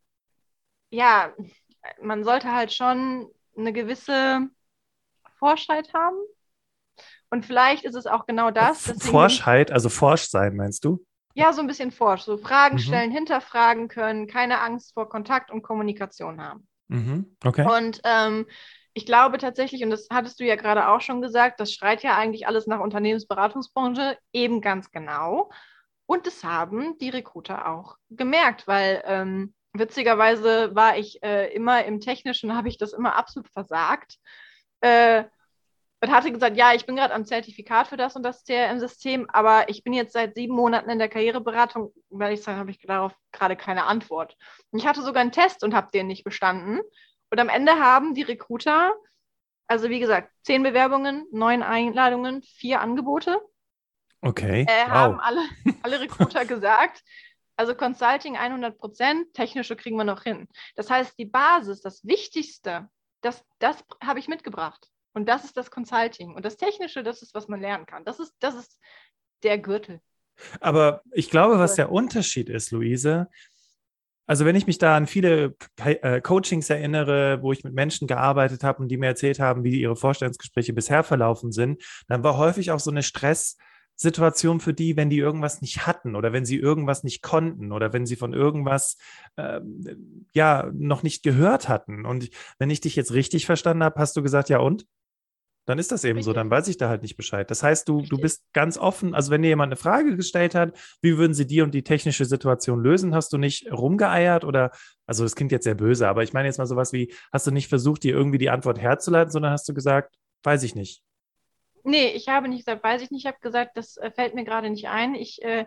ja, man sollte halt schon eine gewisse Forschheit haben. Und vielleicht ist es auch genau das.
Forschheit, also forsch sein, meinst du?
Ja, so ein bisschen forsch. So Fragen
mhm.
stellen, hinterfragen können, keine Angst vor Kontakt und Kommunikation haben.
Mhm. Okay.
Und ähm, ich glaube tatsächlich, und das hattest du ja gerade auch schon gesagt, das schreit ja eigentlich alles nach Unternehmensberatungsbranche, eben ganz genau. Und das haben die Recruiter auch gemerkt, weil ähm, witzigerweise war ich äh, immer im Technischen, habe ich das immer absolut versagt. Äh, und hatte gesagt, ja, ich bin gerade am Zertifikat für das und das C R M-System, aber ich bin jetzt seit sieben Monaten in der Karriereberatung, weil ich sage, habe ich darauf gerade keine Antwort. Und ich hatte sogar einen Test und habe den nicht bestanden. Und am Ende haben die Recruiter, also wie gesagt, zehn Bewerbungen, neun Einladungen, vier Angebote.
Okay,
äh,
wow.
Haben alle, alle Recruiter gesagt, also Consulting hundert Prozent, technische kriegen wir noch hin. Das heißt, die Basis, das Wichtigste, das, das habe ich mitgebracht. Und das ist das Consulting. Und das Technische, das ist, was man lernen kann. Das ist, das ist der Gürtel.
Aber ich glaube, was der Unterschied ist, Luise, also wenn ich mich da an viele äh, Coachings erinnere, wo ich mit Menschen gearbeitet habe und die mir erzählt haben, wie ihre Vorstellungsgespräche bisher verlaufen sind, dann war häufig auch so eine Stresssituation für die, wenn die irgendwas nicht hatten oder wenn sie irgendwas nicht konnten oder wenn sie von irgendwas ähm, ja noch nicht gehört hatten. Und wenn ich dich jetzt richtig verstanden habe, hast du gesagt, ja und? Dann ist das eben Richtig. So, dann weiß ich da halt nicht Bescheid. Das heißt, du, du bist ganz offen, also wenn dir jemand eine Frage gestellt hat, wie würden sie die und die technische Situation lösen, hast du nicht rumgeeiert oder, also das klingt jetzt sehr böse, aber ich meine jetzt mal sowas wie, hast du nicht versucht, dir irgendwie die Antwort herzuleiten, sondern hast du gesagt, weiß ich nicht.
Nee, ich habe nicht gesagt, weiß ich nicht, ich habe gesagt, das äh, fällt mir gerade nicht ein. Ich äh,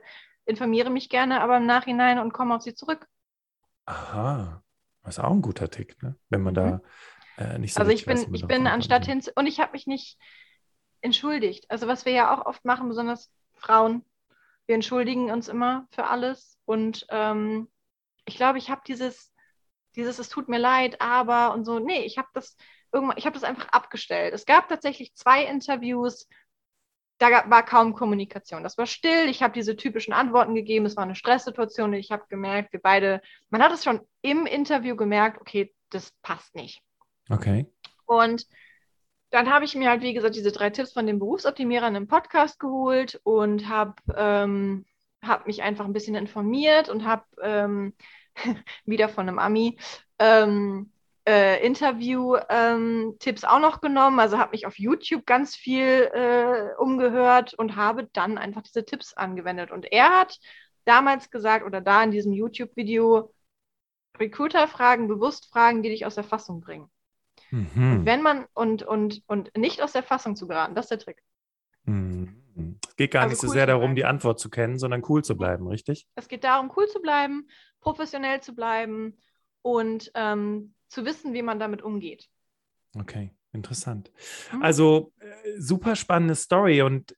informiere mich gerne, aber im Nachhinein und komme auf sie zurück.
Aha, das ist auch ein guter Tick, ne? Wenn man da äh, nicht so
Also ich
richtig weiß,
bin,
wie man
ich
darauf
bin
antworten
anstatt
soll.
hin und ich habe mich nicht entschuldigt. Also was wir ja auch oft machen, besonders Frauen, wir entschuldigen uns immer für alles und ähm, ich glaube, ich habe dieses, dieses, es tut mir leid, aber und so, nee, ich habe das irgendwann, ich habe das einfach abgestellt. Es gab tatsächlich zwei Interviews, da gab, war kaum Kommunikation. Das war still, ich habe diese typischen Antworten gegeben, es war eine Stresssituation und ich habe gemerkt, wir beide, man hat es schon im Interview gemerkt, okay, das passt nicht.
Okay.
Und dann habe ich mir halt, wie gesagt, diese drei Tipps von den Berufsoptimierern im Podcast geholt und habe ähm, hab mich einfach ein bisschen informiert und habe ähm, wieder von einem Ami ähm, äh, Interview-Tipps ähm, auch noch genommen. Also habe mich auf YouTube ganz viel äh, umgehört und habe dann einfach diese Tipps angewendet. Und er hat damals gesagt, oder da in diesem YouTube-Video, Recruiter fragen, bewusst fragen, die dich aus der Fassung bringen.
Mhm.
Und wenn man und, und, und nicht aus der Fassung zu geraten, das ist der Trick.
Mhm. Es geht gar
Also
nicht so
cool
sehr
zu
darum,
bleiben.
die Antwort zu kennen, sondern cool zu bleiben, richtig?
Es geht darum, cool zu bleiben, professionell zu bleiben und ähm, zu wissen, wie man damit umgeht.
Okay, interessant.
Mhm.
Also äh, super spannende Story und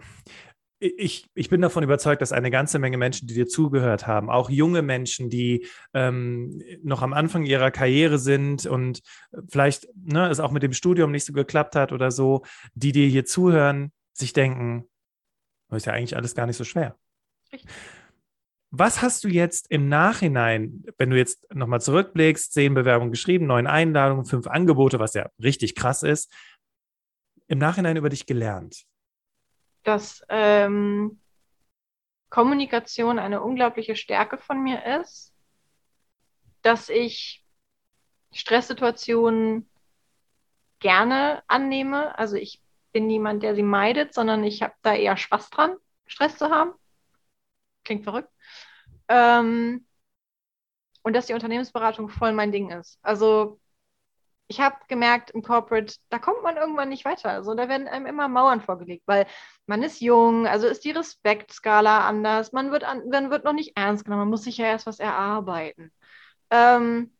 Ich, ich bin davon überzeugt, dass eine ganze Menge Menschen, die dir zugehört haben, auch junge Menschen, die ähm, noch am Anfang ihrer Karriere sind und vielleicht ne, es auch mit dem Studium nicht so geklappt hat oder so, die dir hier zuhören, sich denken, das ist ja eigentlich alles gar nicht so schwer.
Richtig.
Was hast du jetzt im Nachhinein, wenn du jetzt nochmal zurückblickst, zehn Bewerbungen geschrieben, neun Einladungen, fünf Angebote, was ja richtig krass ist, im Nachhinein über dich gelernt?
Dass ähm, Kommunikation eine unglaubliche Stärke von mir ist, dass ich Stresssituationen gerne annehme. Also ich bin niemand, der sie meidet, sondern ich habe da eher Spaß dran, Stress zu haben. Klingt verrückt. Ähm, und dass die Unternehmensberatung voll mein Ding ist. Also ich habe gemerkt im Corporate, da kommt man irgendwann nicht weiter. Also da werden einem immer Mauern vorgelegt, weil man ist jung, also ist die Respektskala anders, man wird, an, man wird noch nicht ernst genommen, man muss sich ja erst was erarbeiten. Ähm,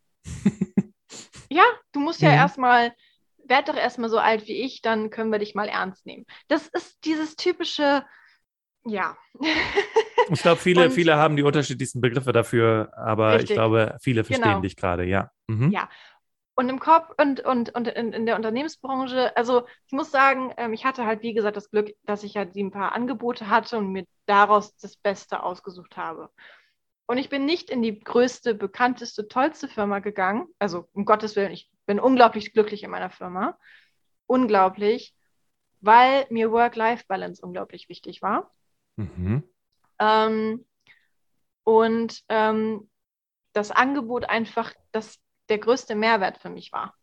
ja, du musst ja
Mhm.
erstmal, werd doch erstmal so alt wie ich, dann können wir dich mal ernst nehmen. Das ist dieses typische, ja.
Ich glaube, viele,
Und-
viele haben die unterschiedlichsten Begriffe dafür, aber ich
Richtig.
glaube, viele verstehen
Genau.
dich gerade, ja. Mhm.
Ja. Und im Korb und, und, und in, in der Unternehmensbranche, also ich muss sagen, ähm, ich hatte halt, wie gesagt, das Glück, dass ich halt ein paar Angebote hatte und mir daraus das Beste ausgesucht habe. Und ich bin nicht in die größte, bekannteste, tollste Firma gegangen. Also um Gottes Willen, ich bin unglaublich glücklich in meiner Firma. Unglaublich, weil mir Work-Life-Balance unglaublich wichtig war.
Mhm.
Ähm, und ähm, das Angebot einfach das, der größte Mehrwert für mich war.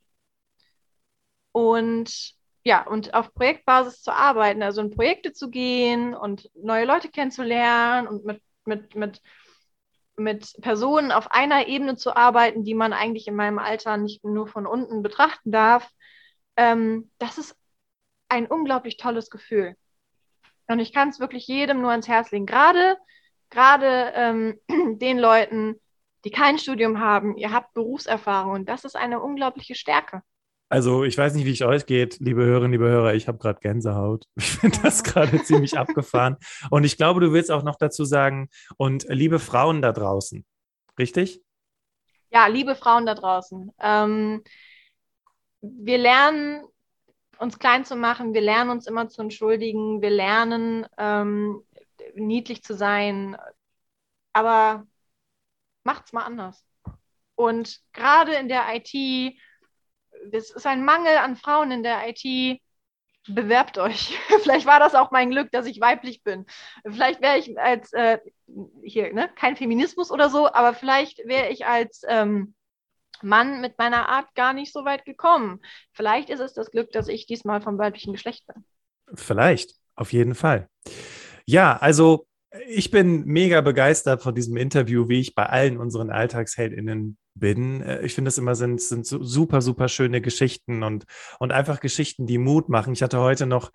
Und ja, und auf Projektbasis zu arbeiten, also in Projekte zu gehen und neue Leute kennenzulernen und mit, mit, mit, mit Personen auf einer Ebene zu arbeiten, die man eigentlich in meinem Alter nicht nur von unten betrachten darf, ähm, das ist ein unglaublich tolles Gefühl. Und ich kann es wirklich jedem nur ans Herz legen. Gerade, gerade ähm, den Leuten, die kein Studium haben, ihr habt Berufserfahrung und das ist eine unglaubliche Stärke.
Also ich weiß nicht, wie es euch geht, liebe Hörerinnen, liebe Hörer, ich habe gerade Gänsehaut. Ich finde das gerade ziemlich abgefahren. Und ich glaube, du willst auch noch dazu sagen, und liebe Frauen da draußen, richtig?
Ja, liebe Frauen da draußen, ähm, wir lernen, uns klein zu machen, wir lernen uns immer zu entschuldigen, wir lernen, ähm, niedlich zu sein, aber macht's mal anders. Und gerade in der I T, es ist ein Mangel an Frauen in der I T, bewerbt euch. Vielleicht war das auch mein Glück, dass ich weiblich bin. Vielleicht wäre ich als, äh, hier, ne, kein Feminismus oder so, aber vielleicht wäre ich als ähm, Mann mit meiner Art gar nicht so weit gekommen. Vielleicht ist es das Glück, dass ich diesmal vom weiblichen Geschlecht bin.
Vielleicht, auf jeden Fall. Ja, also ich bin mega begeistert von diesem Interview, wie ich bei allen unseren AlltagsheldInnen bin. Ich finde es immer sind, sind super, super schöne Geschichten und, und einfach Geschichten, die Mut machen. Ich hatte heute noch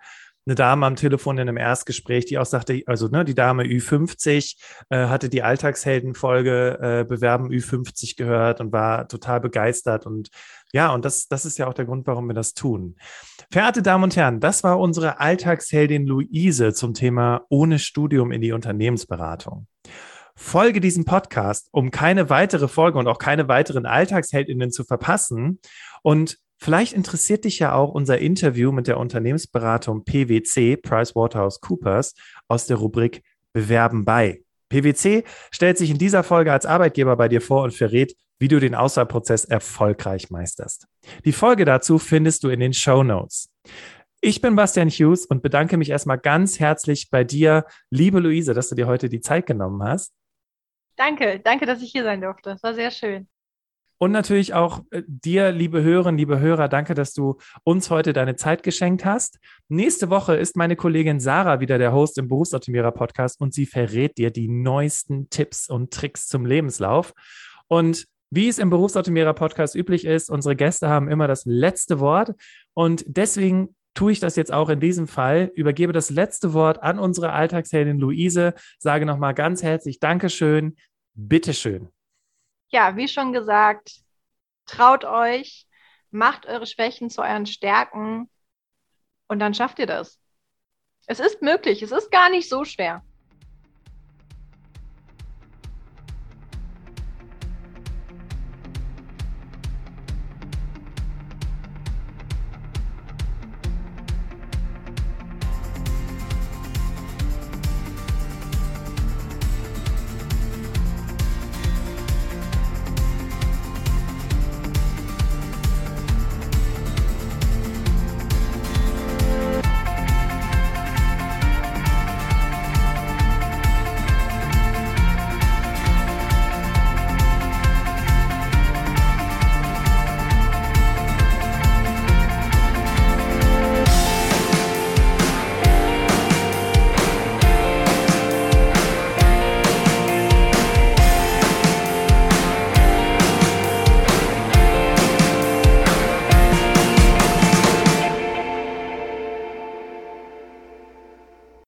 eine Dame am Telefon in einem Erstgespräch, die auch sagte, also ne, die Dame Ü fünfzig äh, hatte die Alltagsheldenfolge äh, Bewerben Ü fünfzig gehört und war total begeistert. Und ja, und das, das ist ja auch der Grund, warum wir das tun. Verehrte Damen und Herren, das war unsere Alltagsheldin Luise zum Thema ohne Studium in die Unternehmensberatung. Folge diesem Podcast, um keine weitere Folge und auch keine weiteren Alltagsheldinnen zu verpassen. Und vielleicht interessiert dich ja auch unser Interview mit der Unternehmensberatung P W C, PricewaterhouseCoopers, aus der Rubrik Bewerben bei. P W C stellt sich in dieser Folge als Arbeitgeber bei dir vor und verrät, wie du den Auswahlprozess erfolgreich meisterst. Die Folge dazu findest du in den Shownotes. Ich bin Bastian Hughes und bedanke mich erstmal ganz herzlich bei dir, liebe Luise, dass du dir heute die Zeit genommen hast.
Danke, danke, dass ich hier sein durfte. Das war sehr schön.
Und natürlich auch äh, dir, liebe Hörerinnen, liebe Hörer, danke, dass du uns heute deine Zeit geschenkt hast. Nächste Woche ist meine Kollegin Sarah wieder der Host im Berufsoptimierer-Podcast und sie verrät dir die neuesten Tipps und Tricks zum Lebenslauf. Und wie es im Berufsoptimierer-Podcast üblich ist, unsere Gäste haben immer das letzte Wort und deswegen tue ich das jetzt auch in diesem Fall, übergebe das letzte Wort an unsere Alltagsheldin Luise, sage nochmal ganz herzlich Dankeschön, bitteschön.
Ja, wie schon gesagt, traut euch, macht eure Schwächen zu euren Stärken und dann schafft ihr das. Es ist möglich, es ist gar nicht so schwer.